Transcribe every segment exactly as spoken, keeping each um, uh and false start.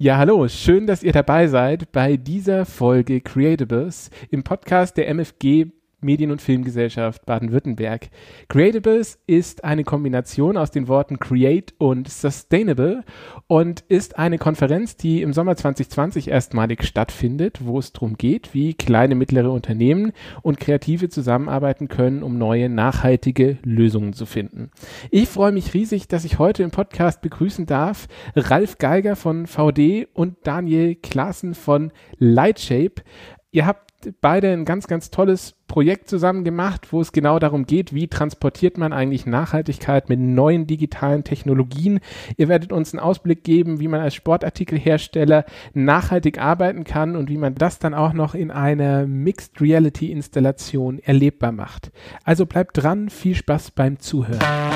Ja, hallo, schön, dass ihr dabei seid bei dieser Folge Creatables im Podcast der M F G Medien- und Filmgesellschaft Baden-Württemberg. Creatables ist eine Kombination aus den Worten Create und Sustainable und ist eine Konferenz, die im Sommer zwanzig zwanzig erstmalig stattfindet, wo es darum geht, wie kleine, mittlere Unternehmen und Kreative zusammenarbeiten können, um neue, nachhaltige Lösungen zu finden. Ich freue mich riesig, dass ich heute im Podcast begrüßen darf Ralf Geiger von V D und Daniel Klaassen von Lightshape. Ihr habt beide ein ganz, ganz tolles Projekt zusammen gemacht, wo es genau darum geht, wie transportiert man eigentlich Nachhaltigkeit mit neuen digitalen Technologien. Ihr werdet uns einen Ausblick geben, wie man als Sportartikelhersteller nachhaltig arbeiten kann und wie man das dann auch noch in einer Mixed Reality Installation erlebbar macht. Also bleibt dran, viel Spaß beim Zuhören.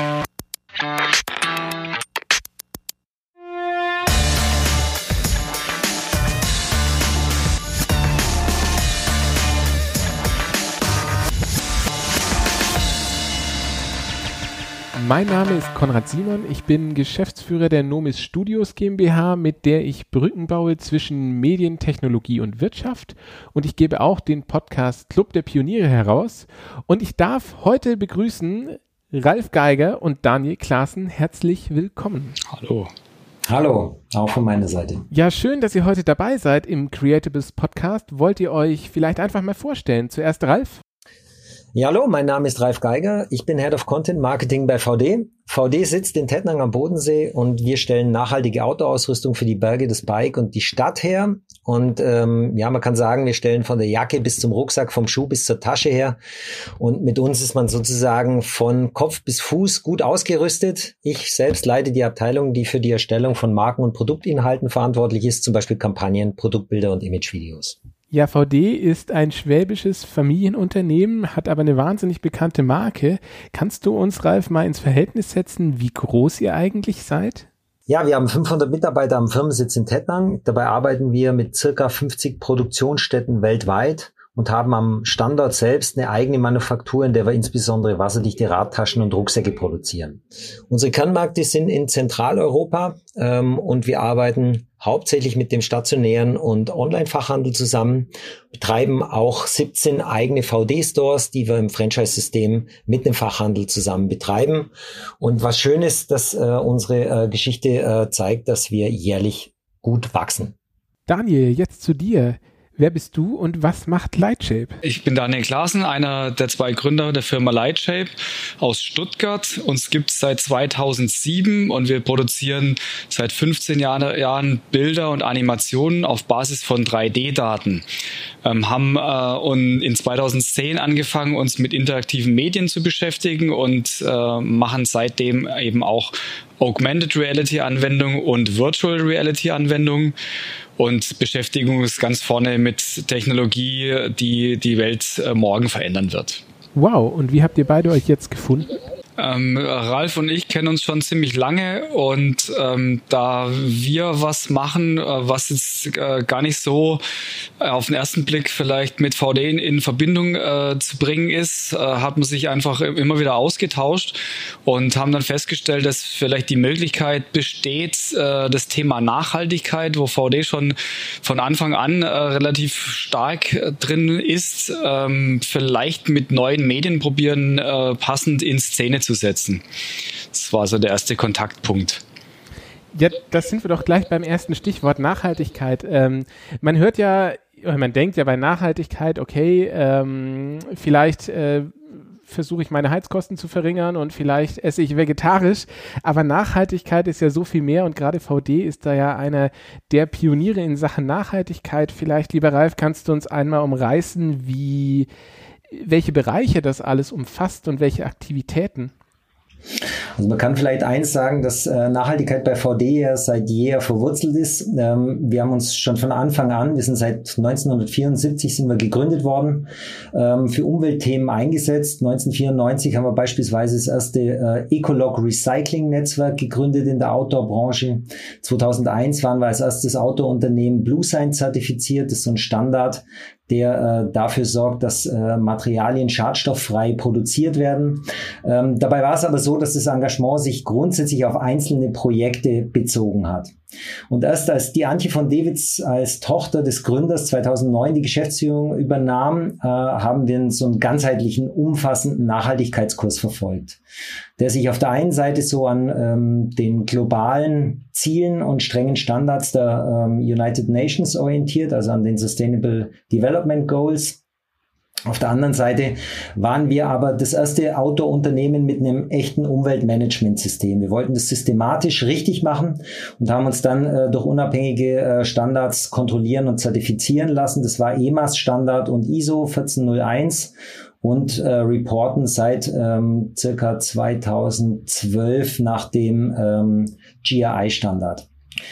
Mein Name ist Konrad Simon, ich bin Geschäftsführer der Nomis Studios GmbH, mit der ich Brücken baue zwischen Medien, Technologie und Wirtschaft, und ich gebe auch den Podcast Club der Pioniere heraus, und ich darf heute begrüßen Ralf Geiger und Daniel Klaassen. Herzlich willkommen. Hallo. Hallo, auch von meiner Seite. Ja, schön, dass ihr heute dabei seid im Creatables Podcast. Wollt ihr euch vielleicht einfach mal vorstellen? Zuerst Ralf. Ja, hallo, mein Name ist Ralf Geiger. Ich bin Head of Content Marketing bei V D. V D sitzt in Tettnang am Bodensee und wir stellen nachhaltige Outdoor-Ausrüstung für die Berge, das Bike und die Stadt her. Und ähm, ja, man kann sagen, wir stellen von der Jacke bis zum Rucksack, vom Schuh bis zur Tasche her. Und mit uns ist man sozusagen von Kopf bis Fuß gut ausgerüstet. Ich selbst leite die Abteilung, die für die Erstellung von Marken- und Produktinhalten verantwortlich ist, zum Beispiel Kampagnen, Produktbilder und Imagevideos. Ja, V D ist ein schwäbisches Familienunternehmen, hat aber eine wahnsinnig bekannte Marke. Kannst du uns, Ralf, mal ins Verhältnis setzen, wie groß ihr eigentlich seid? Ja, wir haben fünfhundert Mitarbeiter am Firmensitz in Tettnang. Dabei arbeiten wir mit circa fünfzig Produktionsstätten weltweit und haben am Standort selbst eine eigene Manufaktur, in der wir insbesondere wasserdichte Radtaschen und Rucksäcke produzieren. Unsere Kernmärkte sind in Zentraleuropa ähm, und wir arbeiten hauptsächlich mit dem stationären und Online-Fachhandel zusammen, betreiben auch siebzehn eigene V D-Stores, die wir im Franchise-System mit dem Fachhandel zusammen betreiben. Und was schön ist, dass äh, unsere äh, Geschichte äh, zeigt, dass wir jährlich gut wachsen. Daniel, jetzt zu dir. Wer bist du und was macht Lightshape? Ich bin Daniel Klaassen, einer der zwei Gründer der Firma Lightshape aus Stuttgart. Uns gibt es seit zweitausendsieben und wir produzieren seit fünfzehn Jahren Bilder und Animationen auf Basis von drei D Daten. Ähm, haben äh, und in zweitausendzehn angefangen, uns mit interaktiven Medien zu beschäftigen und äh, machen seitdem eben auch Augmented Reality Anwendungen und Virtual Reality Anwendungen und beschäftigen uns ganz vorne mit Technologie, die die Welt äh, morgen verändern wird. Wow, und wie habt ihr beide euch jetzt gefunden? Ähm, Ralf und ich kennen uns schon ziemlich lange und ähm, da wir was machen, äh, was jetzt äh, gar nicht so äh, auf den ersten Blick vielleicht mit V D in, in Verbindung äh, zu bringen ist, äh, hat man sich einfach immer wieder ausgetauscht und haben dann festgestellt, dass vielleicht die Möglichkeit besteht, äh, das Thema Nachhaltigkeit, wo V D schon von Anfang an äh, relativ stark äh, drin ist, ähm, vielleicht mit neuen Medien probieren, äh, passend in Szene zu setzen. Das war so der erste Kontaktpunkt. Ja, das sind wir doch gleich beim ersten Stichwort Nachhaltigkeit. Ähm, man hört ja, oder man denkt ja bei Nachhaltigkeit, okay, ähm, vielleicht äh, versuche ich meine Heizkosten zu verringern und vielleicht esse ich vegetarisch, aber Nachhaltigkeit ist ja so viel mehr und gerade V D ist da ja einer der Pioniere in Sachen Nachhaltigkeit. Vielleicht, lieber Ralf, kannst du uns einmal umreißen, wie welche Bereiche das alles umfasst und welche Aktivitäten? Also man kann vielleicht eins sagen, dass äh, Nachhaltigkeit bei V D ja seit jeher verwurzelt ist. Ähm, wir haben uns schon von Anfang an, wir sind seit neunzehnhundertvierundsiebzig sind wir gegründet worden, ähm, für Umweltthemen eingesetzt. neunzehnhundertvierundneunzig haben wir beispielsweise das erste äh, Ecolog Recycling Netzwerk gegründet in der Outdoor-Branche. zweitausendeins waren wir als erstes Outdoor-Unternehmen Bluesign zertifiziert. Das ist so ein Standard, der äh, dafür sorgt, dass äh, Materialien schadstofffrei produziert werden. Ähm, dabei war es aber so, dass das Engagement sich grundsätzlich auf einzelne Projekte bezogen hat. Und erst als die Antje von Dewitz als Tochter des Gründers zweitausendneun die Geschäftsführung übernahm, äh, haben wir so einen ganzheitlichen, umfassenden Nachhaltigkeitskurs verfolgt, der sich auf der einen Seite so an ähm, den globalen Zielen und strengen Standards der ähm, United Nations orientiert, also an den Sustainable Development Goals. Auf der anderen Seite waren wir aber das erste Outdoor-Unternehmen mit einem echten Umweltmanagementsystem. Wir wollten das systematisch richtig machen und haben uns dann äh, durch unabhängige äh, Standards kontrollieren und zertifizieren lassen. Das war E M A S-Standard und I S O vierzehn null eins und äh, reporten seit ähm, circa zweitausendzwölf nach dem ähm, G R I-Standard.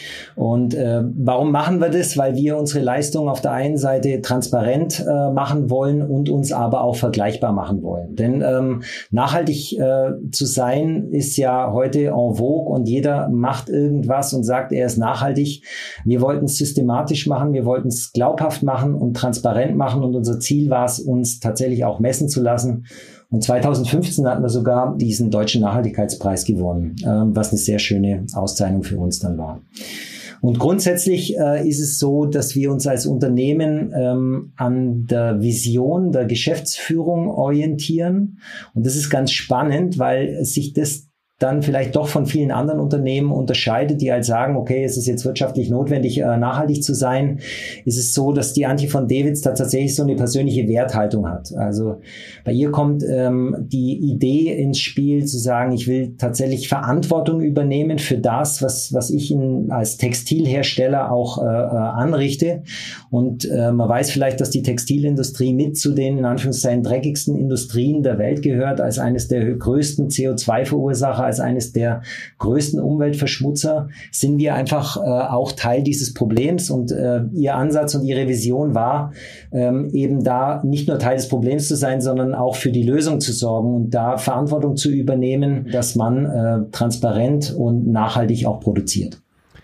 Und äh, warum machen wir das? Weil wir unsere Leistung auf der einen Seite transparent äh, machen wollen und uns aber auch vergleichbar machen wollen. Denn ähm, nachhaltig äh, zu sein ist ja heute en vogue und jeder macht irgendwas und sagt, er ist nachhaltig. Wir wollten es systematisch machen, wir wollten es glaubhaft machen und transparent machen und unser Ziel war es, uns tatsächlich auch messen zu lassen. Und zweitausendfünfzehn hatten wir sogar diesen Deutschen Nachhaltigkeitspreis gewonnen, äh, was eine sehr schöne Auszeichnung für uns dann war. Und grundsätzlich äh, ist es so, dass wir uns als Unternehmen ähm, an der Vision der Geschäftsführung orientieren. Und das ist ganz spannend, weil sich das dann vielleicht doch von vielen anderen Unternehmen unterscheidet, die halt sagen, okay, es ist jetzt wirtschaftlich notwendig, äh, nachhaltig zu sein, ist es so, dass die Antje von Dewitz da tatsächlich so eine persönliche Werthaltung hat. Also bei ihr kommt ähm, die Idee ins Spiel, zu sagen, ich will tatsächlich Verantwortung übernehmen für das, was was ich in, als Textilhersteller auch äh, äh, anrichte. Und äh, man weiß vielleicht, dass die Textilindustrie mit zu den in Anführungszeichen dreckigsten Industrien der Welt gehört, als eines der größten C O zwei Verursacher, als eines der größten Umweltverschmutzer, sind wir einfach äh, auch Teil dieses Problems. Und äh, ihr Ansatz und ihre Vision war, ähm, eben da nicht nur Teil des Problems zu sein, sondern auch für die Lösung zu sorgen und da Verantwortung zu übernehmen, dass man äh, transparent und nachhaltig auch produziert.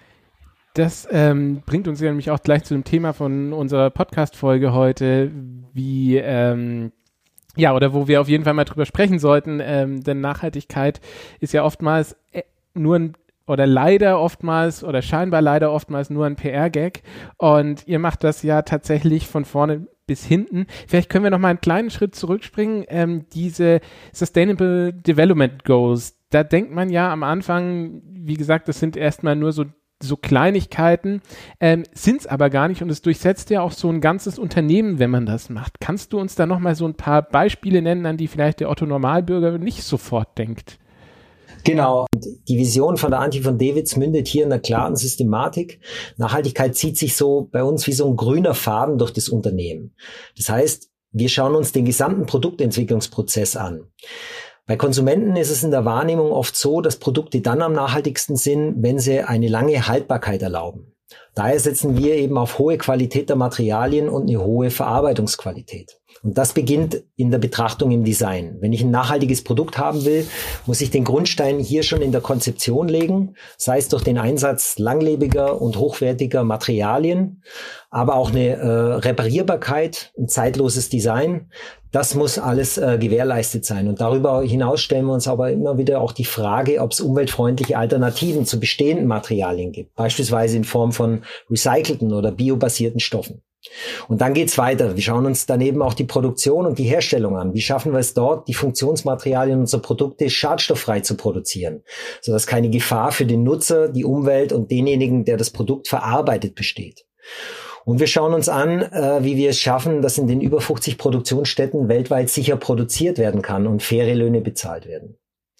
Das ähm, bringt uns ja nämlich auch gleich zu dem Thema von unserer Podcast-Folge heute, wie ähm, Ja, oder wo wir auf jeden Fall mal drüber sprechen sollten, ähm, denn Nachhaltigkeit ist ja oftmals äh, nur ein, oder leider oftmals, oder scheinbar leider oftmals nur ein P R-Gag und ihr macht das ja tatsächlich von vorne bis hinten. Vielleicht können wir noch mal einen kleinen Schritt zurückspringen, ähm, diese Sustainable Development Goals, da denkt man ja am Anfang, wie gesagt, das sind erstmal nur so so Kleinigkeiten, ähm, sind es aber gar nicht und es durchsetzt ja auch so ein ganzes Unternehmen, wenn man das macht. Kannst du uns da nochmal so ein paar Beispiele nennen, an die vielleicht der Otto-Normalbürger nicht sofort denkt? Genau. Die Vision von der Antje von Dewitz mündet hier in einer klaren Systematik. Nachhaltigkeit zieht sich so bei uns wie so ein grüner Faden durch das Unternehmen. Das heißt, wir schauen uns den gesamten Produktentwicklungsprozess an. Bei Konsumenten ist es in der Wahrnehmung oft so, dass Produkte dann am nachhaltigsten sind, wenn sie eine lange Haltbarkeit erlauben. Daher setzen wir eben auf hohe Qualität der Materialien und eine hohe Verarbeitungsqualität. Und das beginnt in der Betrachtung im Design. Wenn ich ein nachhaltiges Produkt haben will, muss ich den Grundstein hier schon in der Konzeption legen, sei es durch den Einsatz langlebiger und hochwertiger Materialien, aber auch eine äh, Reparierbarkeit, ein zeitloses Design. Das muss alles äh, gewährleistet sein. Und darüber hinaus stellen wir uns aber immer wieder auch die Frage, ob es umweltfreundliche Alternativen zu bestehenden Materialien gibt, beispielsweise in Form von recycelten oder biobasierten Stoffen. Und dann geht's weiter. Wir schauen uns daneben auch die Produktion und die Herstellung an. Wie schaffen wir es dort, die Funktionsmaterialien unserer Produkte schadstofffrei zu produzieren, sodass keine Gefahr für den Nutzer, die Umwelt und denjenigen, der das Produkt verarbeitet, besteht. Und wir schauen uns an, äh, wie wir es schaffen, dass in den über fünfzig Produktionsstätten weltweit sicher produziert werden kann und faire Löhne bezahlt werden.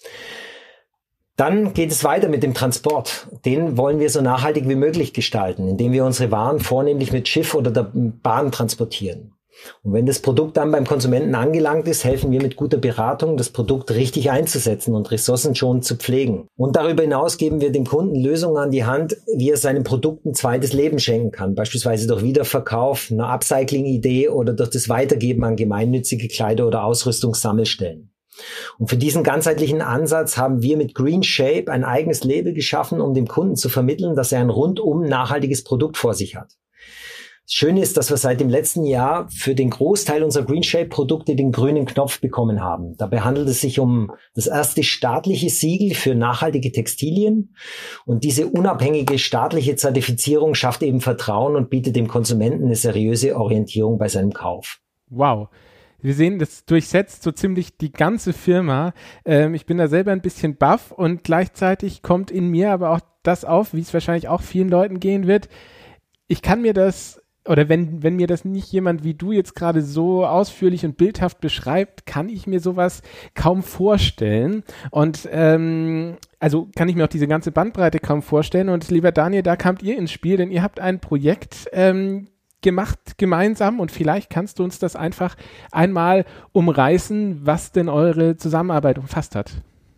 Dann geht es weiter mit dem Transport. Den wollen wir so nachhaltig wie möglich gestalten, indem wir unsere Waren vornehmlich mit Schiff oder der Bahn transportieren. Und wenn das Produkt dann beim Konsumenten angelangt ist, helfen wir mit guter Beratung, das Produkt richtig einzusetzen und ressourcenschonend zu pflegen. Und darüber hinaus geben wir dem Kunden Lösungen an die Hand, wie er seinem Produkt ein zweites Leben schenken kann, beispielsweise durch Wiederverkauf, eine Upcycling-Idee oder durch das Weitergeben an gemeinnützige Kleider- oder Ausrüstungssammelstellen. Und für diesen ganzheitlichen Ansatz haben wir mit Green Shape ein eigenes Label geschaffen, um dem Kunden zu vermitteln, dass er ein rundum nachhaltiges Produkt vor sich hat. Das Schöne ist, dass wir seit dem letzten Jahr für den Großteil unserer GreenShape-Produkte den grünen Knopf bekommen haben. Dabei handelt es sich um das erste staatliche Siegel für nachhaltige Textilien. Und diese unabhängige staatliche Zertifizierung schafft eben Vertrauen und bietet dem Konsumenten eine seriöse Orientierung bei seinem Kauf. Wow. Wir sehen, das durchsetzt so ziemlich die ganze Firma. Ähm, ich bin da selber ein bisschen baff und gleichzeitig kommt in mir aber auch das auf, wie es wahrscheinlich auch vielen Leuten gehen wird. Ich kann mir das Oder wenn, wenn mir das nicht jemand wie du jetzt gerade so ausführlich und bildhaft beschreibt, kann ich mir sowas kaum vorstellen. Und ähm, also kann ich mir auch diese ganze Bandbreite kaum vorstellen. Und lieber Daniel, da kamt ihr ins Spiel, denn ihr habt ein Projekt ähm, gemacht gemeinsam und vielleicht kannst du uns das einfach einmal umreißen, was denn eure Zusammenarbeit umfasst hat.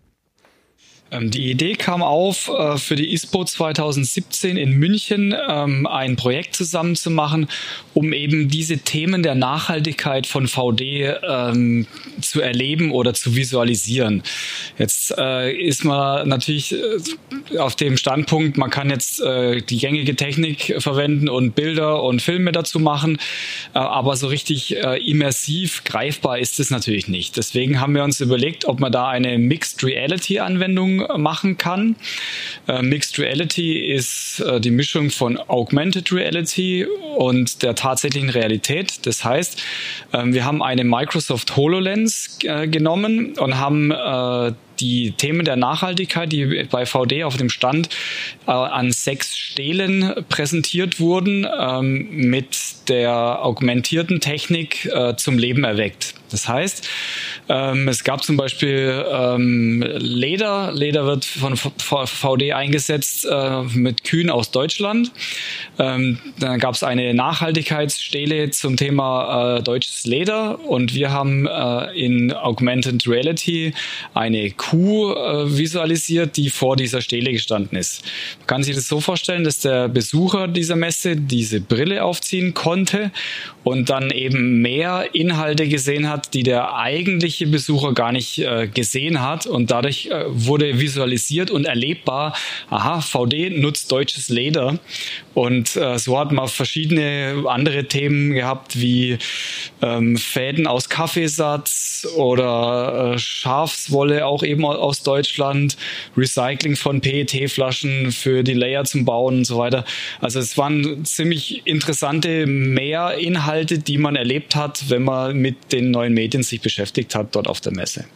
Die Idee kam auf, äh, für die I S P O zwanzig siebzehn in München ähm, ein Projekt zusammen zu machen, um eben diese Themen der Nachhaltigkeit von V D ähm, zu erleben oder zu visualisieren. Jetzt äh, ist man natürlich äh, auf dem Standpunkt, man kann jetzt äh, die gängige Technik verwenden und Bilder und Filme dazu machen, äh, aber so richtig äh, immersiv greifbar ist es natürlich nicht. Deswegen haben wir uns überlegt, ob man da eine Mixed Reality Anwendung machen kann. Äh, Mixed Reality ist äh, die Mischung von Augmented Reality und der tatsächlichen Realität. Das heißt, äh, wir haben eine Microsoft HoloLens äh, genommen und haben äh, die Themen der Nachhaltigkeit, die bei V D auf dem Stand äh, an sechs Stelen präsentiert wurden, ähm, mit der augmentierten Technik äh, zum Leben erweckt. Das heißt, ähm, es gab zum Beispiel ähm, Leder. Leder wird von V D eingesetzt äh, mit Kühen aus Deutschland. Ähm, dann gab es eine Nachhaltigkeitsstele zum Thema äh, deutsches Leder und wir haben äh, in Augmented Reality eine Kuh äh, visualisiert, die vor dieser Stele gestanden ist. Man kann sich das so vorstellen, dass der Besucher dieser Messe diese Brille aufziehen konnte und dann eben mehr Inhalte gesehen hat, die der eigentliche Besucher gar nicht äh, gesehen hat und dadurch äh, wurde visualisiert und erlebbar, aha, V D nutzt deutsches Leder und äh, so hat man verschiedene andere Themen gehabt wie ähm, Fäden aus Kaffeesatz oder äh, Schafswolle auch eben aus Deutschland, Recycling von P E T-Flaschen für die Layer zum Bauen und so weiter. Also es waren ziemlich interessante Mehrinhalte, die man erlebt hat, wenn man mit den neuen Medien sich beschäftigt hat dort auf der Messe.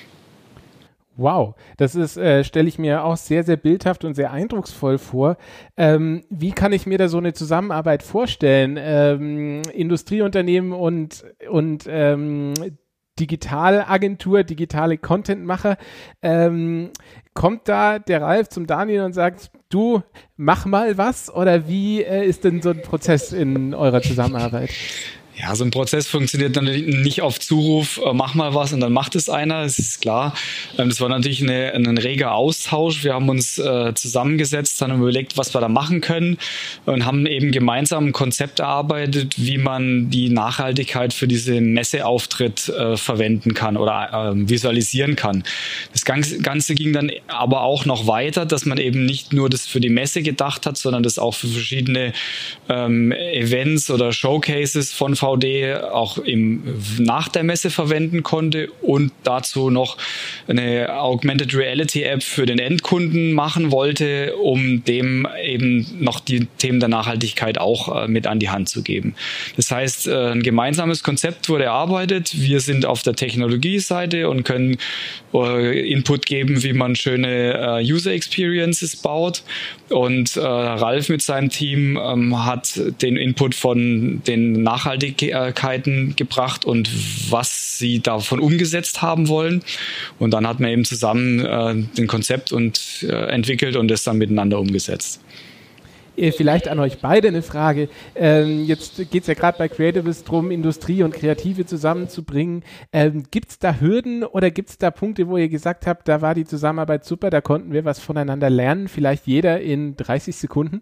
Wow, das ist, äh, stelle ich mir auch sehr, sehr bildhaft und sehr eindrucksvoll vor. Ähm, wie kann ich mir da so eine Zusammenarbeit vorstellen? Ähm, Industrieunternehmen und, und ähm, Digitalagentur, digitale Contentmacher, ähm, kommt da der Ralf zum Daniel und sagt, du, mach mal was? Oder wie äh, ist denn so ein Prozess in eurer Zusammenarbeit? Ja, so ein Prozess funktioniert dann nicht auf Zuruf, äh, mach mal was und dann macht es einer, das ist klar. Ähm, das war natürlich eine, ein reger Austausch. Wir haben uns äh, zusammengesetzt, haben überlegt, was wir da machen können und haben eben gemeinsam ein Konzept erarbeitet, wie man die Nachhaltigkeit für diese Messeauftritt äh, verwenden kann oder äh, visualisieren kann. Das Ganze, Ganze ging dann aber auch noch weiter, dass man eben nicht nur das für die Messe gedacht hat, sondern das auch für verschiedene ähm, Events oder Showcases von V D auch im, nach der Messe verwenden konnte und dazu noch eine Augmented Reality App für den Endkunden machen wollte, um dem eben noch die Themen der Nachhaltigkeit auch äh, mit an die Hand zu geben. Das heißt, äh, ein gemeinsames Konzept wurde erarbeitet. Wir sind auf der Technologieseite und können äh, Input geben, wie man schöne äh, User Experiences baut. Und äh, Ralf mit seinem Team ähm, hat den Input von den Nachhaltigkeiten gebracht und was sie davon umgesetzt haben wollen. Und dann hat man eben zusammen äh, den Konzept und äh, entwickelt und das dann miteinander umgesetzt. Vielleicht an euch beide eine Frage. Ähm, jetzt geht es ja gerade bei Creatives drum, Industrie und Kreative zusammenzubringen. Ähm, gibt es da Hürden oder gibt es da Punkte, wo ihr gesagt habt, da war die Zusammenarbeit super, da konnten wir was voneinander lernen, vielleicht jeder in dreißig Sekunden?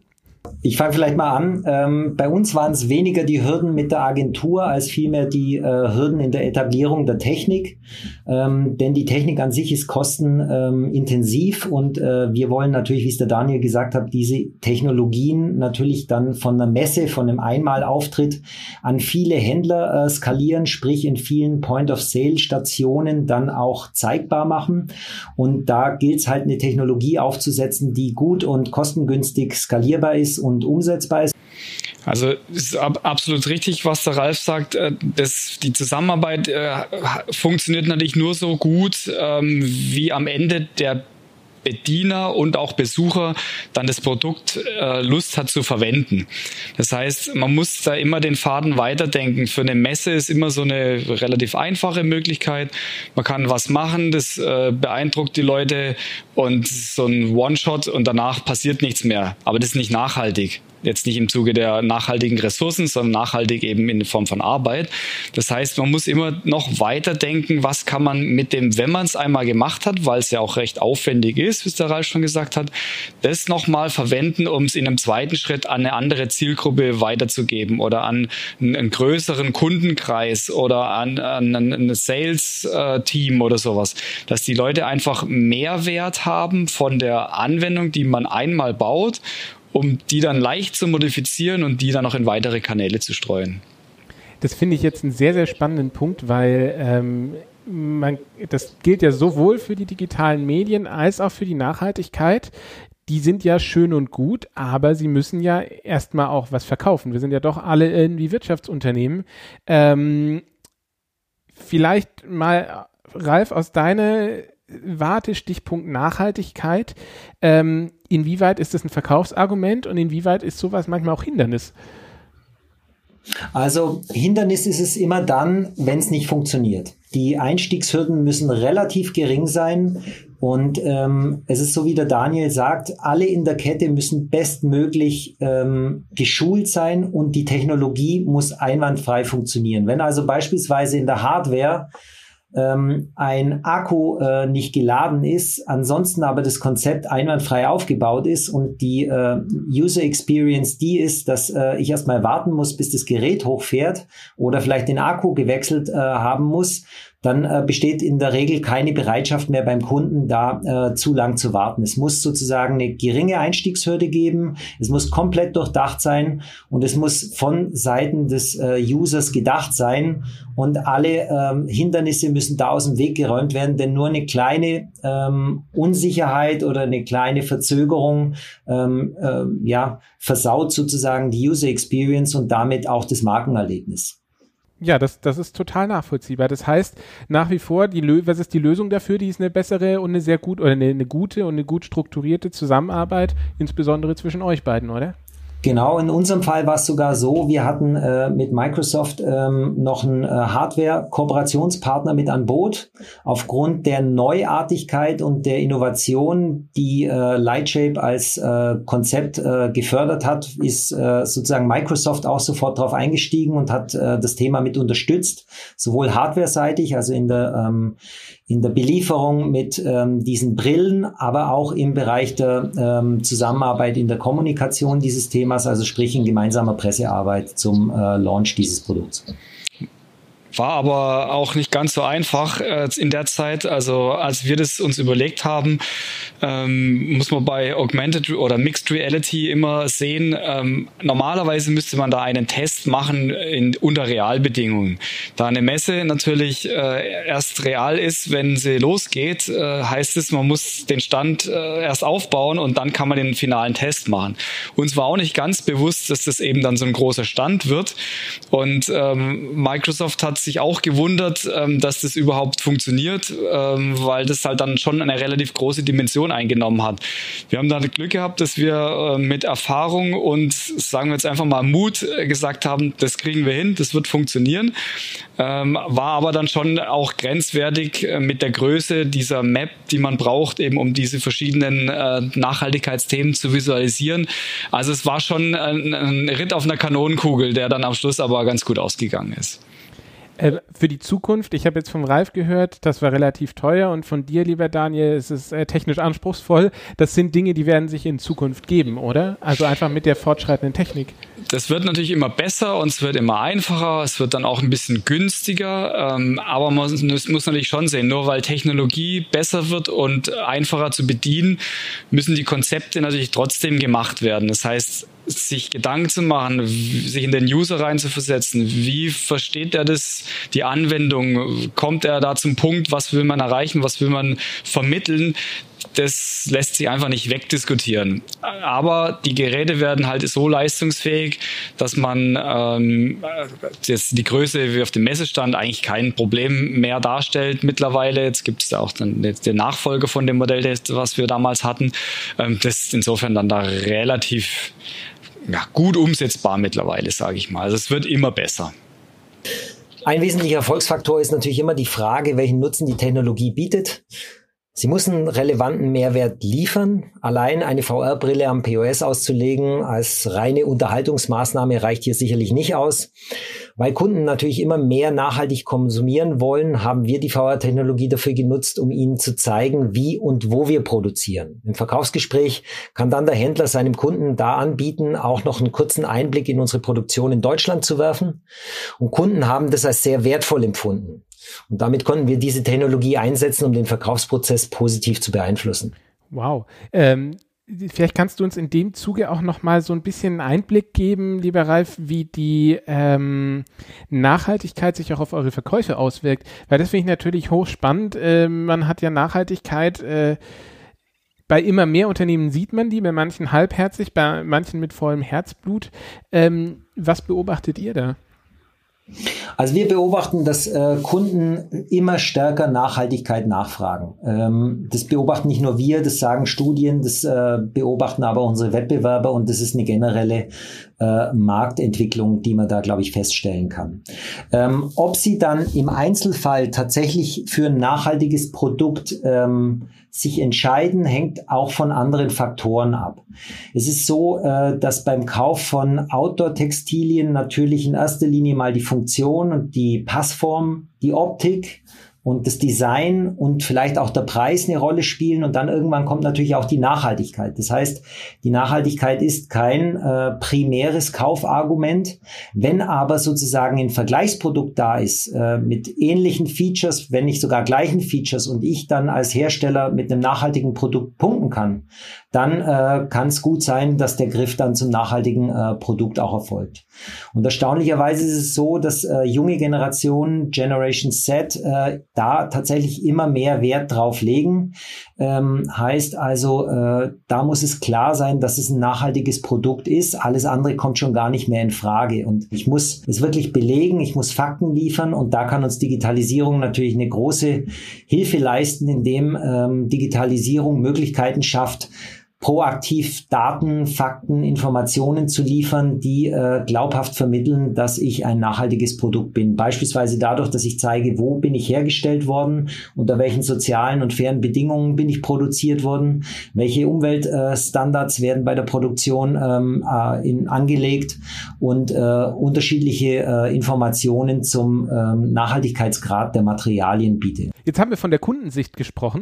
Ich fange vielleicht mal an. Ähm, bei uns waren es weniger die Hürden mit der Agentur als vielmehr die äh, Hürden in der Etablierung der Technik. Ähm, denn die Technik an sich ist kostenintensiv ähm, und äh, wir wollen natürlich, wie es der Daniel gesagt hat, diese Technologien natürlich dann von einer Messe, von einem Einmalauftritt an viele Händler äh, skalieren, sprich in vielen Point-of-Sale-Stationen dann auch zeigbar machen. Und da gilt es halt, eine Technologie aufzusetzen, die gut und kostengünstig skalierbar ist und umsetzbar ist. Also es ist ab, absolut richtig, was der Ralf sagt. Das, die Zusammenarbeit äh, funktioniert natürlich nur so gut, ähm, wie am Ende der Bediener und auch Besucher dann das Produkt äh, Lust hat zu verwenden. Das heißt, man muss da immer den Faden weiterdenken. Für eine Messe ist immer so eine relativ einfache Möglichkeit. Man kann was machen, das äh, beeindruckt die Leute und so ein One-Shot und danach passiert nichts mehr. Aber das ist nicht nachhaltig. Jetzt nicht im Zuge der nachhaltigen Ressourcen, sondern nachhaltig eben in Form von Arbeit. Das heißt, man muss immer noch weiter denken, was kann man mit dem, wenn man es einmal gemacht hat, weil es ja auch recht aufwendig ist, wie es der Ralf schon gesagt hat, das nochmal verwenden, um es in einem zweiten Schritt an eine andere Zielgruppe weiterzugeben oder an einen, einen größeren Kundenkreis oder an, an ein Sales-Team oder sowas. Dass die Leute einfach Mehrwert haben von der Anwendung, die man einmal baut, um die dann leicht zu modifizieren und die dann auch in weitere Kanäle zu streuen. Das finde ich jetzt einen sehr, sehr spannenden Punkt, weil ähm, man, das gilt ja sowohl für die digitalen Medien als auch für die Nachhaltigkeit. Die sind ja schön und gut, aber sie müssen ja erstmal auch was verkaufen. Wir sind ja doch alle irgendwie Wirtschaftsunternehmen. Ähm, vielleicht mal, Ralf, aus deiner Warte, Stichpunkt Nachhaltigkeit. Ähm, inwieweit ist das ein Verkaufsargument und inwieweit ist sowas manchmal auch Hindernis? Also Hindernis ist es immer dann, wenn es nicht funktioniert. Die Einstiegshürden müssen relativ gering sein und ähm, es ist so, wie der Daniel sagt, alle in der Kette müssen bestmöglich ähm, geschult sein und die Technologie muss einwandfrei funktionieren. Wenn also beispielsweise in der Hardware ähm, ein Akku äh, nicht geladen ist, ansonsten aber das Konzept einwandfrei aufgebaut ist und die äh, User Experience die ist, dass äh, ich erstmal warten muss, bis das Gerät hochfährt oder vielleicht den Akku gewechselt äh, haben muss, dann äh, besteht in der Regel keine Bereitschaft mehr beim Kunden, da äh, zu lang zu warten. Es muss sozusagen eine geringe Einstiegshürde geben, es muss komplett durchdacht sein und es muss von Seiten des äh, Users gedacht sein und alle ähm, Hindernisse müssen da aus dem Weg geräumt werden, denn nur eine kleine ähm, Unsicherheit oder eine kleine Verzögerung ähm, äh, ja, versaut sozusagen die User Experience und damit auch das Markenerlebnis. Ja, das, das ist total nachvollziehbar. Das heißt, nach wie vor, die Lö- was ist die Lösung dafür? Die ist eine bessere und eine sehr gut oder eine, eine gute und eine gut strukturierte Zusammenarbeit, insbesondere zwischen euch beiden, oder? Genau, in unserem Fall war es sogar so, wir hatten äh, mit Microsoft ähm, noch einen äh, Hardware-Kooperationspartner mit an Bord. Aufgrund der Neuartigkeit und der Innovation, die äh, Lightshape als äh, Konzept äh, gefördert hat, ist äh, sozusagen Microsoft auch sofort drauf eingestiegen und hat äh, das Thema mit unterstützt, sowohl hardware-seitig, also in der ähm, in der Belieferung mit ähm, diesen Brillen, aber auch im Bereich der ähm, Zusammenarbeit in der Kommunikation dieses Themas, also sprich in gemeinsamer Pressearbeit zum äh, Launch dieses Produkts. War aber auch nicht ganz so einfach äh, in der Zeit. Also als wir das uns überlegt haben, ähm, muss man bei Augmented oder Mixed Reality immer sehen, ähm, normalerweise müsste man da einen Test machen in, unter Realbedingungen. Da eine Messe natürlich äh, erst real ist, wenn sie losgeht, äh, heißt es, man muss den Stand äh, erst aufbauen und dann kann man den finalen Test machen. Uns war auch nicht ganz bewusst, dass das eben dann so ein großer Stand wird. Und ähm, Microsoft hat sich auch gewundert, ähm, dass das überhaupt funktioniert, ähm, weil das halt dann schon eine relativ große Dimension eingenommen hat. Wir haben da Glück gehabt, dass wir äh, mit Erfahrung und, sagen wir jetzt einfach mal Mut, äh, gesagt haben, das kriegen wir hin, das wird funktionieren. Ähm, war aber dann schon auch grenzwertig äh, mit der Größe dieser Map, die man braucht, eben um diese verschiedenen äh, Nachhaltigkeitsthemen zu visualisieren. Also es war schon ein, ein Ritt auf einer Kanonenkugel, der dann am Schluss aber ganz gut ausgegangen ist. Äh, für die Zukunft, ich habe jetzt vom Ralf gehört, das war relativ teuer und von dir, lieber Daniel, es ist äh, technisch anspruchsvoll. Das sind Dinge, die werden sich in Zukunft geben, oder? Also einfach mit der fortschreitenden Technik. Das wird natürlich immer besser und es wird immer einfacher, es wird dann auch ein bisschen günstiger, ähm, aber man muss, muss natürlich schon sehen, nur weil Technologie besser wird und einfacher zu bedienen, müssen die Konzepte natürlich trotzdem gemacht werden. Das heißt, sich Gedanken zu machen, sich in den User reinzuversetzen, wie versteht er das, die Anwendung, kommt er da zum Punkt, was will man erreichen, was will man vermitteln, das lässt sich einfach nicht wegdiskutieren. Aber die Geräte werden halt so leistungsfähig, dass man ähm, jetzt die Größe wie auf dem Messestand eigentlich kein Problem mehr darstellt mittlerweile. Jetzt gibt es auch dann den Nachfolger von dem Modell, was wir damals hatten. Ähm, das ist insofern dann da relativ ja, gut umsetzbar mittlerweile, sage ich mal. Also es wird immer besser. Ein wesentlicher Erfolgsfaktor ist natürlich immer die Frage, welchen Nutzen die Technologie bietet. Sie muss einen relevanten Mehrwert liefern. Allein eine V R-Brille am P O S auszulegen als reine Unterhaltungsmaßnahme reicht hier sicherlich nicht aus. Weil Kunden natürlich immer mehr nachhaltig konsumieren wollen, haben wir die V R-Technologie dafür genutzt, um ihnen zu zeigen, wie und wo wir produzieren. Im Verkaufsgespräch kann dann der Händler seinem Kunden da anbieten, auch noch einen kurzen Einblick in unsere Produktion in Deutschland zu werfen. Und Kunden haben das als sehr wertvoll empfunden. Und damit konnten wir diese Technologie einsetzen, um den Verkaufsprozess positiv zu beeinflussen. Wow. Ähm, vielleicht kannst du uns in dem Zuge auch noch mal so ein bisschen einen Einblick geben, lieber Ralf, wie die ähm, Nachhaltigkeit sich auch auf eure Verkäufe auswirkt. Weil das finde ich natürlich hochspannend. Äh, man hat ja Nachhaltigkeit, äh, bei immer mehr Unternehmen sieht man die, bei manchen halbherzig, bei manchen mit vollem Herzblut. Ähm, was beobachtet ihr da? Also wir beobachten, dass äh, Kunden immer stärker Nachhaltigkeit nachfragen. Ähm, das beobachten nicht nur wir, das sagen Studien, das äh, beobachten aber unsere Wettbewerber und das ist eine generelle äh, Marktentwicklung, die man da, glaube ich, feststellen kann. Ähm, ob sie dann im Einzelfall tatsächlich für ein nachhaltiges Produkt ähm, sich entscheiden, hängt auch von anderen Faktoren ab. Es ist so, äh, dass beim Kauf von Outdoor-Textilien natürlich in erster Linie mal die Funktion und die Passform, die Optik und das Design und vielleicht auch der Preis eine Rolle spielen und dann irgendwann kommt natürlich auch die Nachhaltigkeit. Das heißt, die Nachhaltigkeit ist kein äh, primäres Kaufargument. Wenn aber sozusagen ein Vergleichsprodukt da ist äh, mit ähnlichen Features, wenn nicht sogar gleichen Features und ich dann als Hersteller mit einem nachhaltigen Produkt punkten kann, dann äh, kann es gut sein, dass der Griff dann zum nachhaltigen äh, Produkt auch erfolgt. Und erstaunlicherweise ist es so, dass äh, junge Generationen, Generation Z, äh, da tatsächlich immer mehr Wert drauf legen. Ähm, heißt also, äh, da muss es klar sein, dass es ein nachhaltiges Produkt ist. Alles andere kommt schon gar nicht mehr in Frage. Und ich muss es wirklich belegen, ich muss Fakten liefern und da kann uns Digitalisierung natürlich eine große Hilfe leisten, indem ähm, Digitalisierung Möglichkeiten schafft, proaktiv Daten, Fakten, Informationen zu liefern, die äh, glaubhaft vermitteln, dass ich ein nachhaltiges Produkt bin. Beispielsweise dadurch, dass ich zeige, wo bin ich hergestellt worden, unter welchen sozialen und fairen Bedingungen bin ich produziert worden, welche Umweltstandards äh, werden bei der Produktion ähm, äh, in, angelegt und äh, unterschiedliche äh, Informationen zum ähm, Nachhaltigkeitsgrad der Materialien biete. Jetzt haben wir von der Kundensicht gesprochen.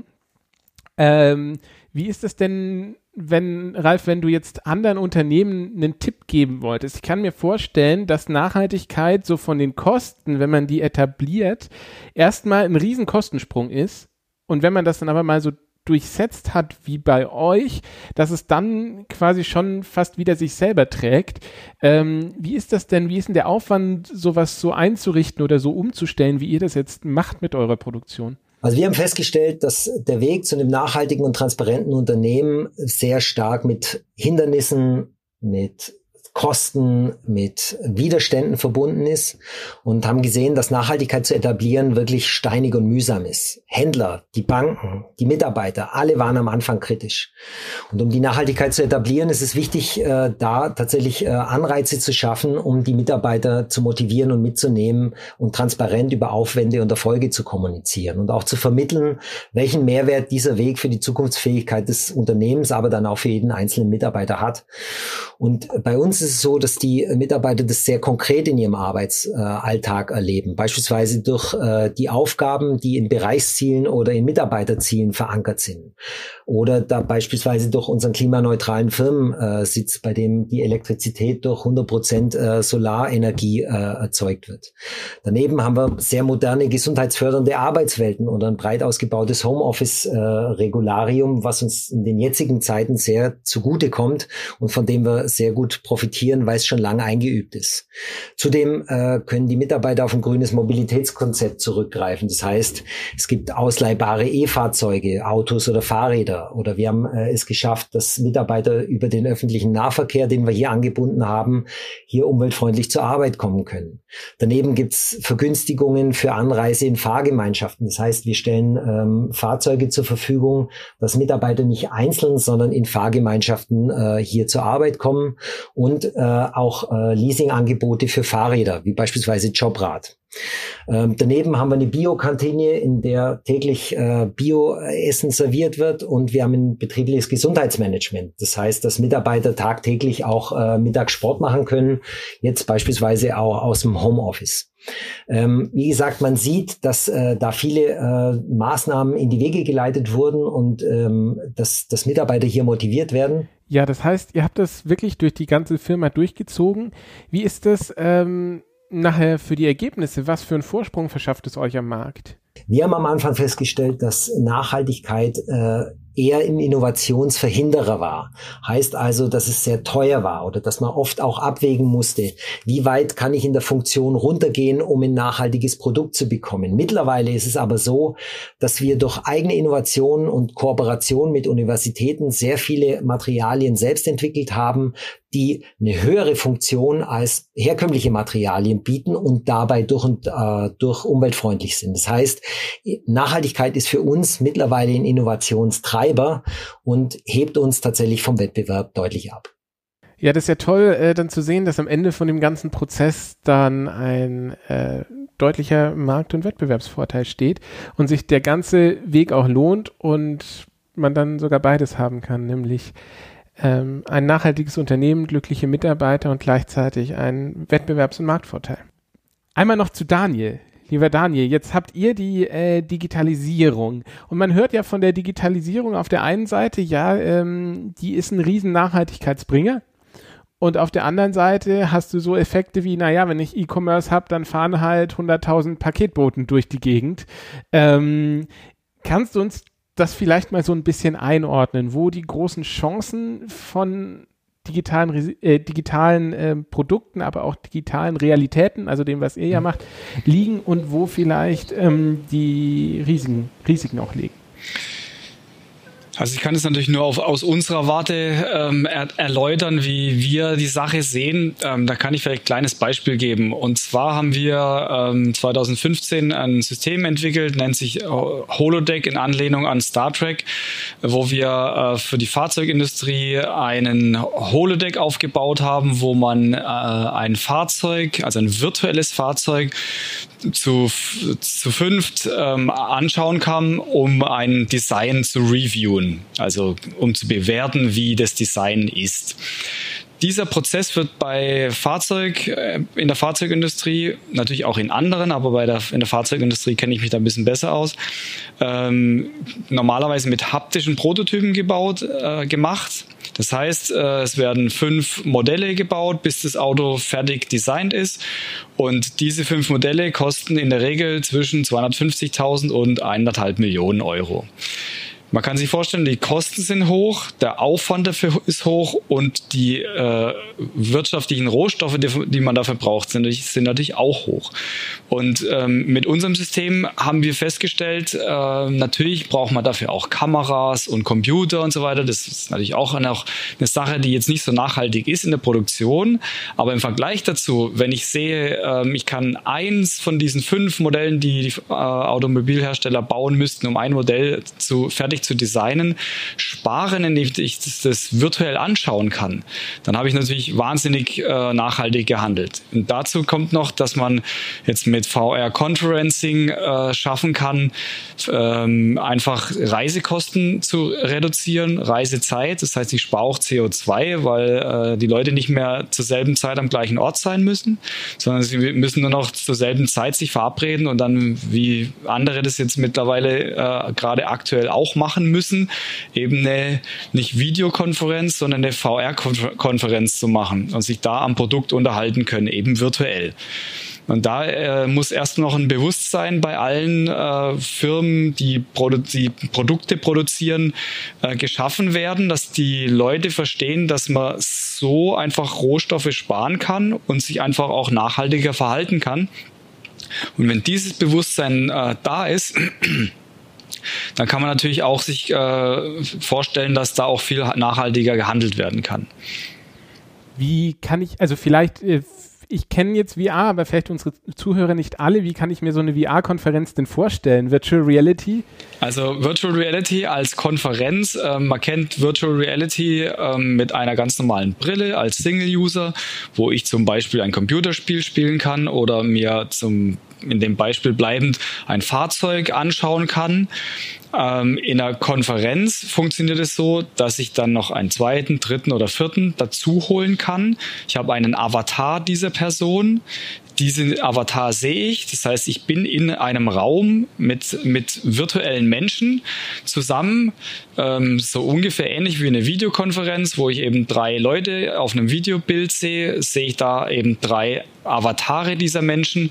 Ähm, wie ist es denn, wenn, Ralf, wenn du jetzt anderen Unternehmen einen Tipp geben wolltest? Ich kann mir vorstellen, dass Nachhaltigkeit so von den Kosten, wenn man die etabliert, erstmal ein riesen Kostensprung ist. Und wenn man das dann aber mal so durchsetzt hat wie bei euch, dass es dann quasi schon fast wieder sich selber trägt. Ähm, wie ist das denn, wie ist denn der Aufwand, sowas so einzurichten oder so umzustellen, wie ihr das jetzt macht mit eurer Produktion? Also wir haben festgestellt, dass der Weg zu einem nachhaltigen und transparenten Unternehmen sehr stark mit Hindernissen, mit Kosten, mit Widerständen verbunden ist und haben gesehen, dass Nachhaltigkeit zu etablieren wirklich steinig und mühsam ist. Händler, die Banken, die Mitarbeiter, alle waren am Anfang kritisch. Und um die Nachhaltigkeit zu etablieren, ist es wichtig, äh, da tatsächlich äh, Anreize zu schaffen, um die Mitarbeiter zu motivieren und mitzunehmen und transparent über Aufwände und Erfolge zu kommunizieren und auch zu vermitteln, welchen Mehrwert dieser Weg für die Zukunftsfähigkeit des Unternehmens, aber dann auch für jeden einzelnen Mitarbeiter hat. Und bei uns es so, dass die Mitarbeiter das sehr konkret in ihrem Arbeitsalltag äh, erleben. Beispielsweise durch äh, die Aufgaben, die in Bereichszielen oder in Mitarbeiterzielen verankert sind. Oder da beispielsweise durch unseren klimaneutralen Firmensitz, bei dem die Elektrizität durch hundert Prozent äh, Solarenergie äh, erzeugt wird. Daneben haben wir sehr moderne gesundheitsfördernde Arbeitswelten oder ein breit ausgebautes Homeoffice-Regularium, äh, was uns in den jetzigen Zeiten sehr zugutekommt und von dem wir sehr gut profitieren, weil es schon lange eingeübt ist. Zudem äh, können die Mitarbeiter auf ein grünes Mobilitätskonzept zurückgreifen. Das heißt, es gibt ausleihbare E-Fahrzeuge, Autos oder Fahrräder. Oder wir haben äh, es geschafft, dass Mitarbeiter über den öffentlichen Nahverkehr, den wir hier angebunden haben, hier umweltfreundlich zur Arbeit kommen können. Daneben gibt es Vergünstigungen für Anreise in Fahrgemeinschaften. Das heißt, wir stellen ähm, Fahrzeuge zur Verfügung, dass Mitarbeiter nicht einzeln, sondern in Fahrgemeinschaften äh, hier zur Arbeit kommen und äh, auch äh, Leasingangebote für Fahrräder, wie beispielsweise Jobrad. Ähm, daneben haben wir eine Biokantine, in der täglich äh, Bio-Essen serviert wird, und wir haben ein betriebliches Gesundheitsmanagement. Das heißt, dass Mitarbeiter tagtäglich auch äh, Mittagssport machen können, jetzt beispielsweise auch aus dem Homeoffice. Ähm, wie gesagt, man sieht, dass äh, da viele äh, Maßnahmen in die Wege geleitet wurden und ähm, dass, dass Mitarbeiter hier motiviert werden. Ja, das heißt, ihr habt das wirklich durch die ganze Firma durchgezogen. Wie ist das ähm, nachher für die Ergebnisse? Was für einen Vorsprung verschafft es euch am Markt? Wir haben am Anfang festgestellt, dass Nachhaltigkeit äh, eher ein Innovationsverhinderer war. Heißt also, dass es sehr teuer war oder dass man oft auch abwägen musste, wie weit kann ich in der Funktion runtergehen, um ein nachhaltiges Produkt zu bekommen. Mittlerweile ist es aber so, dass wir durch eigene Innovationen und Kooperation mit Universitäten sehr viele Materialien selbst entwickelt haben, die eine höhere Funktion als herkömmliche Materialien bieten und dabei durch und äh, durch umweltfreundlich sind. Das heißt, Nachhaltigkeit ist für uns mittlerweile ein Innovationstreiber und hebt uns tatsächlich vom Wettbewerb deutlich ab. Ja, das ist ja toll, äh, dann zu sehen, dass am Ende von dem ganzen Prozess dann ein äh, deutlicher Markt- und Wettbewerbsvorteil steht und sich der ganze Weg auch lohnt und man dann sogar beides haben kann, nämlich ähm, ein nachhaltiges Unternehmen, glückliche Mitarbeiter und gleichzeitig einen Wettbewerbs- und Marktvorteil. Einmal noch zu Daniel. Lieber Daniel, jetzt habt ihr die äh, Digitalisierung und man hört ja von der Digitalisierung auf der einen Seite, ja, ähm, die ist ein riesen Nachhaltigkeitsbringer, und auf der anderen Seite hast du so Effekte wie, naja, wenn ich E-Commerce habe, dann fahren halt hunderttausend Paketboten durch die Gegend. Ähm, kannst du uns das vielleicht mal so ein bisschen einordnen, wo die großen Chancen von digitalen, äh, digitalen äh, Produkten, aber auch digitalen Realitäten, also dem, was ihr ja macht, liegen und wo vielleicht ähm, die Risiken, Risiken auch liegen? Also ich kann es natürlich nur auf, aus unserer Warte ähm, er, erläutern, wie wir die Sache sehen. Ähm, da kann ich vielleicht ein kleines Beispiel geben. Und zwar haben wir ähm, zwanzig fünfzehn ein System entwickelt, nennt sich Holodeck in Anlehnung an Star Trek, wo wir äh, für die Fahrzeugindustrie einen Holodeck aufgebaut haben, wo man äh, ein Fahrzeug, also ein virtuelles Fahrzeug, zu, zu fünft ähm, anschauen kann, um ein Design zu reviewen, also um zu bewerten, wie das Design ist. Dieser Prozess wird bei Fahrzeug, in der Fahrzeugindustrie, natürlich auch in anderen, aber bei der, in der Fahrzeugindustrie kenne ich mich da ein bisschen besser aus, ähm, normalerweise mit haptischen Prototypen gebaut, äh, gemacht. Das heißt, äh, es werden fünf Modelle gebaut, bis das Auto fertig designt ist. Und diese fünf Modelle kosten in der Regel zwischen zweihundertfünfzigtausend und eineinhalb Millionen Euro. Man kann sich vorstellen, die Kosten sind hoch, der Aufwand dafür ist hoch und die äh, wirtschaftlichen Rohstoffe, die, die man dafür braucht, sind natürlich, sind natürlich auch hoch. Und ähm, mit unserem System haben wir festgestellt, äh, natürlich braucht man dafür auch Kameras und Computer und so weiter. Das ist natürlich auch eine, auch eine Sache, die jetzt nicht so nachhaltig ist in der Produktion. Aber im Vergleich dazu, wenn ich sehe, äh, ich kann eins von diesen fünf Modellen, die die äh, Automobilhersteller bauen müssten, um ein Modell zu fertig zu designen, sparen, indem ich das, das virtuell anschauen kann, dann habe ich natürlich wahnsinnig äh, nachhaltig gehandelt. Und dazu kommt noch, dass man jetzt mit V R-Conferencing äh, schaffen kann, ähm, einfach Reisekosten zu reduzieren, Reisezeit. Das heißt, ich spare auch C O zwei, weil äh, die Leute nicht mehr zur selben Zeit am gleichen Ort sein müssen, sondern sie müssen nur noch zur selben Zeit sich verabreden und dann, wie andere das jetzt mittlerweile äh, gerade aktuell auch machen müssen, eben eine nicht Videokonferenz, sondern eine V R-Konferenz zu machen und sich da am Produkt unterhalten können, eben virtuell. Und da äh, muss erst noch ein Bewusstsein bei allen äh, Firmen, die, Produ- die Produkte produzieren, äh, geschaffen werden, dass die Leute verstehen, dass man so einfach Rohstoffe sparen kann und sich einfach auch nachhaltiger verhalten kann. Und wenn dieses Bewusstsein äh, da ist, dann kann man natürlich auch sich äh, vorstellen, dass da auch viel nachhaltiger gehandelt werden kann. Wie kann ich, also vielleicht, äh, ich kenne jetzt V R, aber vielleicht unsere Zuhörer nicht alle. Wie kann ich mir so eine V R-Konferenz denn vorstellen? Virtual Reality? Also Virtual Reality als Konferenz, äh, man kennt Virtual Reality äh, mit einer ganz normalen Brille als Single-User, wo ich zum Beispiel ein Computerspiel spielen kann oder mir zum in dem Beispiel bleibend ein Fahrzeug anschauen kann. Ähm, in einer Konferenz funktioniert es so, dass ich dann noch einen zweiten, dritten oder vierten dazu holen kann. Ich habe einen Avatar dieser Person. Diesen Avatar sehe ich, das heißt, ich bin in einem Raum mit mit virtuellen Menschen zusammen, ähm, so ungefähr ähnlich wie eine Videokonferenz, wo ich eben drei Leute auf einem Videobild sehe, sehe ich da eben drei Avatare dieser Menschen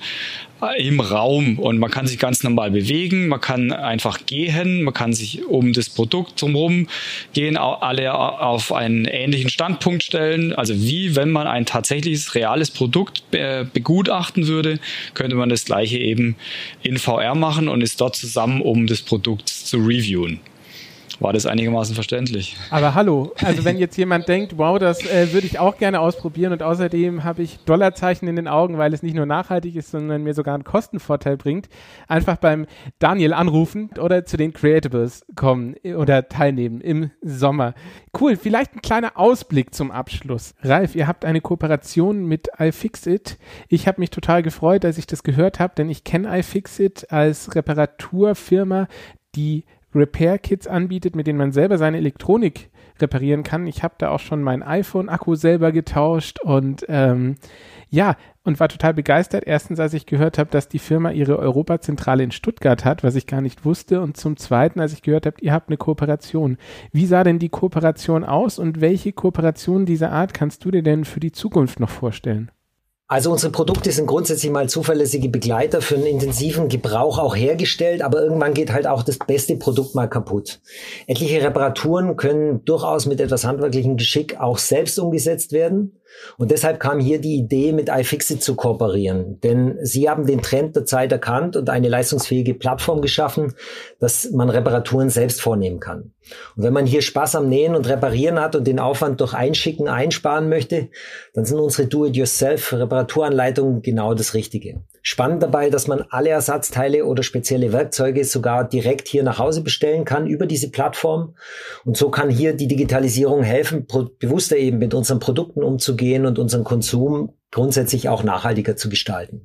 im Raum und man kann sich ganz normal bewegen, man kann einfach gehen, man kann sich um das Produkt drumherum gehen, alle auf einen ähnlichen Standpunkt stellen, also wie wenn man ein tatsächliches, reales Produkt begutachten würde, könnte man das Gleiche eben in V R machen und ist dort zusammen, um das Produkt zu reviewen. War das einigermaßen verständlich? Aber hallo, also wenn jetzt jemand denkt, wow, das äh, würde ich auch gerne ausprobieren und außerdem habe ich Dollarzeichen in den Augen, weil es nicht nur nachhaltig ist, sondern mir sogar einen Kostenvorteil bringt, einfach beim Daniel anrufen oder zu den Creatables kommen oder teilnehmen im Sommer. Cool, vielleicht ein kleiner Ausblick zum Abschluss. Ralf, ihr habt eine Kooperation mit iFixit. Ich habe mich total gefreut, als ich das gehört habe, denn ich kenne iFixit als Reparaturfirma, die Repair-Kits anbietet, mit denen man selber seine Elektronik reparieren kann. Ich habe da auch schon meinen iPhone-Akku selber getauscht und ähm, ja, und war total begeistert. Erstens, als ich gehört habe, dass die Firma ihre Europazentrale in Stuttgart hat, was ich gar nicht wusste. Und zum Zweiten, als ich gehört habe, ihr habt eine Kooperation. Wie sah denn die Kooperation aus und welche Kooperation dieser Art kannst du dir denn für die Zukunft noch vorstellen? Also unsere Produkte sind grundsätzlich mal zuverlässige Begleiter für einen intensiven Gebrauch auch hergestellt, aber irgendwann geht halt auch das beste Produkt mal kaputt. Etliche Reparaturen können durchaus mit etwas handwerklichem Geschick auch selbst umgesetzt werden. Und deshalb kam hier die Idee, mit iFixit zu kooperieren. Denn sie haben den Trend der Zeit erkannt und eine leistungsfähige Plattform geschaffen, dass man Reparaturen selbst vornehmen kann. Und wenn man hier Spaß am Nähen und Reparieren hat und den Aufwand durch Einschicken einsparen möchte, dann sind unsere Do-it-yourself-Reparaturanleitungen genau das Richtige. Spannend dabei, dass man alle Ersatzteile oder spezielle Werkzeuge sogar direkt hier nach Hause bestellen kann über diese Plattform. Und so kann hier die Digitalisierung helfen, pro- bewusster eben mit unseren Produkten umzugehen und unseren Konsum grundsätzlich auch nachhaltiger zu gestalten.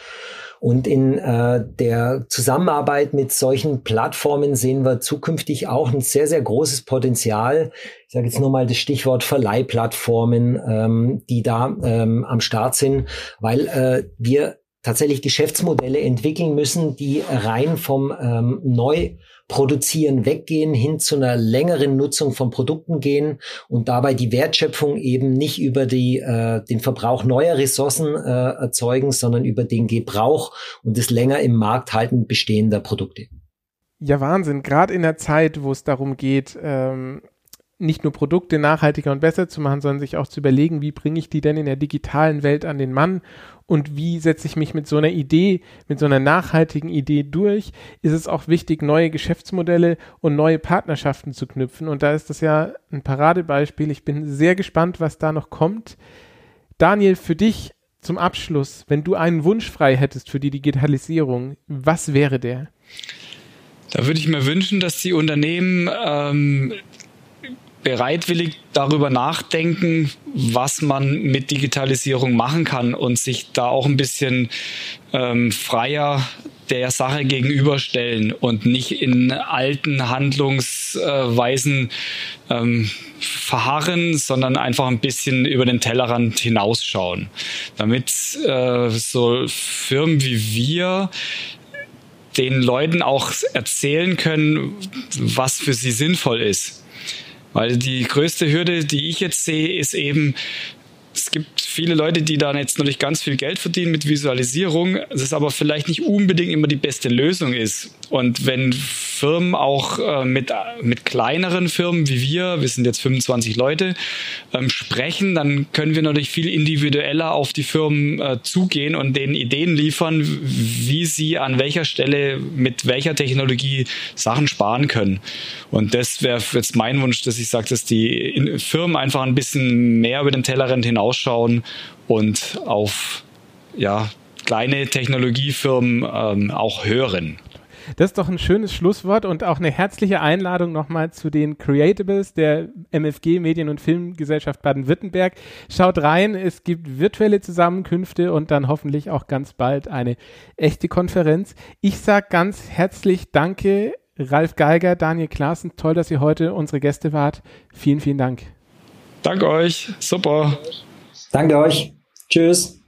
Und in äh, der Zusammenarbeit mit solchen Plattformen sehen wir zukünftig auch ein sehr, sehr großes Potenzial. Ich sage jetzt nur mal das Stichwort Verleihplattformen, ähm, die da ähm, am Start sind, weil äh, wir tatsächlich Geschäftsmodelle entwickeln müssen, die rein vom ähm, Neuproduzieren weggehen, hin zu einer längeren Nutzung von Produkten gehen und dabei die Wertschöpfung eben nicht über die äh, den Verbrauch neuer Ressourcen äh, erzeugen, sondern über den Gebrauch und das länger im Markt halten bestehender Produkte. Ja, Wahnsinn. Gerade in der Zeit, wo es darum geht, ähm, nicht nur Produkte nachhaltiger und besser zu machen, sondern sich auch zu überlegen, wie bringe ich die denn in der digitalen Welt an den Mann und wie setze ich mich mit so einer Idee, mit so einer nachhaltigen Idee durch, ist es auch wichtig, neue Geschäftsmodelle und neue Partnerschaften zu knüpfen. Und da ist das ja ein Paradebeispiel. Ich bin sehr gespannt, was da noch kommt. Daniel, für dich zum Abschluss, wenn du einen Wunsch frei hättest für die Digitalisierung, was wäre der? Da würde ich mir wünschen, dass die Unternehmen ähm, bereitwillig darüber nachdenken, was man mit Digitalisierung machen kann und sich da auch ein bisschen ähm, freier der Sache gegenüberstellen und nicht in alten Handlungsweisen ähm, verharren, sondern einfach ein bisschen über den Tellerrand hinausschauen. Damit äh, so Firmen wie wir den Leuten auch erzählen können, was für sie sinnvoll ist. Weil die größte Hürde, die ich jetzt sehe, ist eben, es gibt viele Leute, die da jetzt natürlich ganz viel Geld verdienen mit Visualisierung, es ist aber vielleicht nicht unbedingt immer die beste Lösung ist. Und wenn Firmen auch äh, mit, mit kleineren Firmen wie wir, wir sind jetzt fünfundzwanzig Leute, ähm, sprechen, dann können wir natürlich viel individueller auf die Firmen äh, zugehen und denen Ideen liefern, wie sie an welcher Stelle mit welcher Technologie Sachen sparen können. Und das wäre jetzt mein Wunsch, dass ich sage, dass die Firmen einfach ein bisschen mehr über den Tellerrand hinausschauen und auf ja, kleine Technologiefirmen ähm, auch hören. Das ist doch ein schönes Schlusswort und auch eine herzliche Einladung nochmal zu den Creatables der M F G Medien- und Filmgesellschaft Baden-Württemberg. Schaut rein, es gibt virtuelle Zusammenkünfte und dann hoffentlich auch ganz bald eine echte Konferenz. Ich sage ganz herzlich Danke, Ralf Geiger, Daniel Claassen. Toll, dass ihr heute unsere Gäste wart. Vielen, vielen Dank. Danke euch. Super. Danke euch. Tschüss.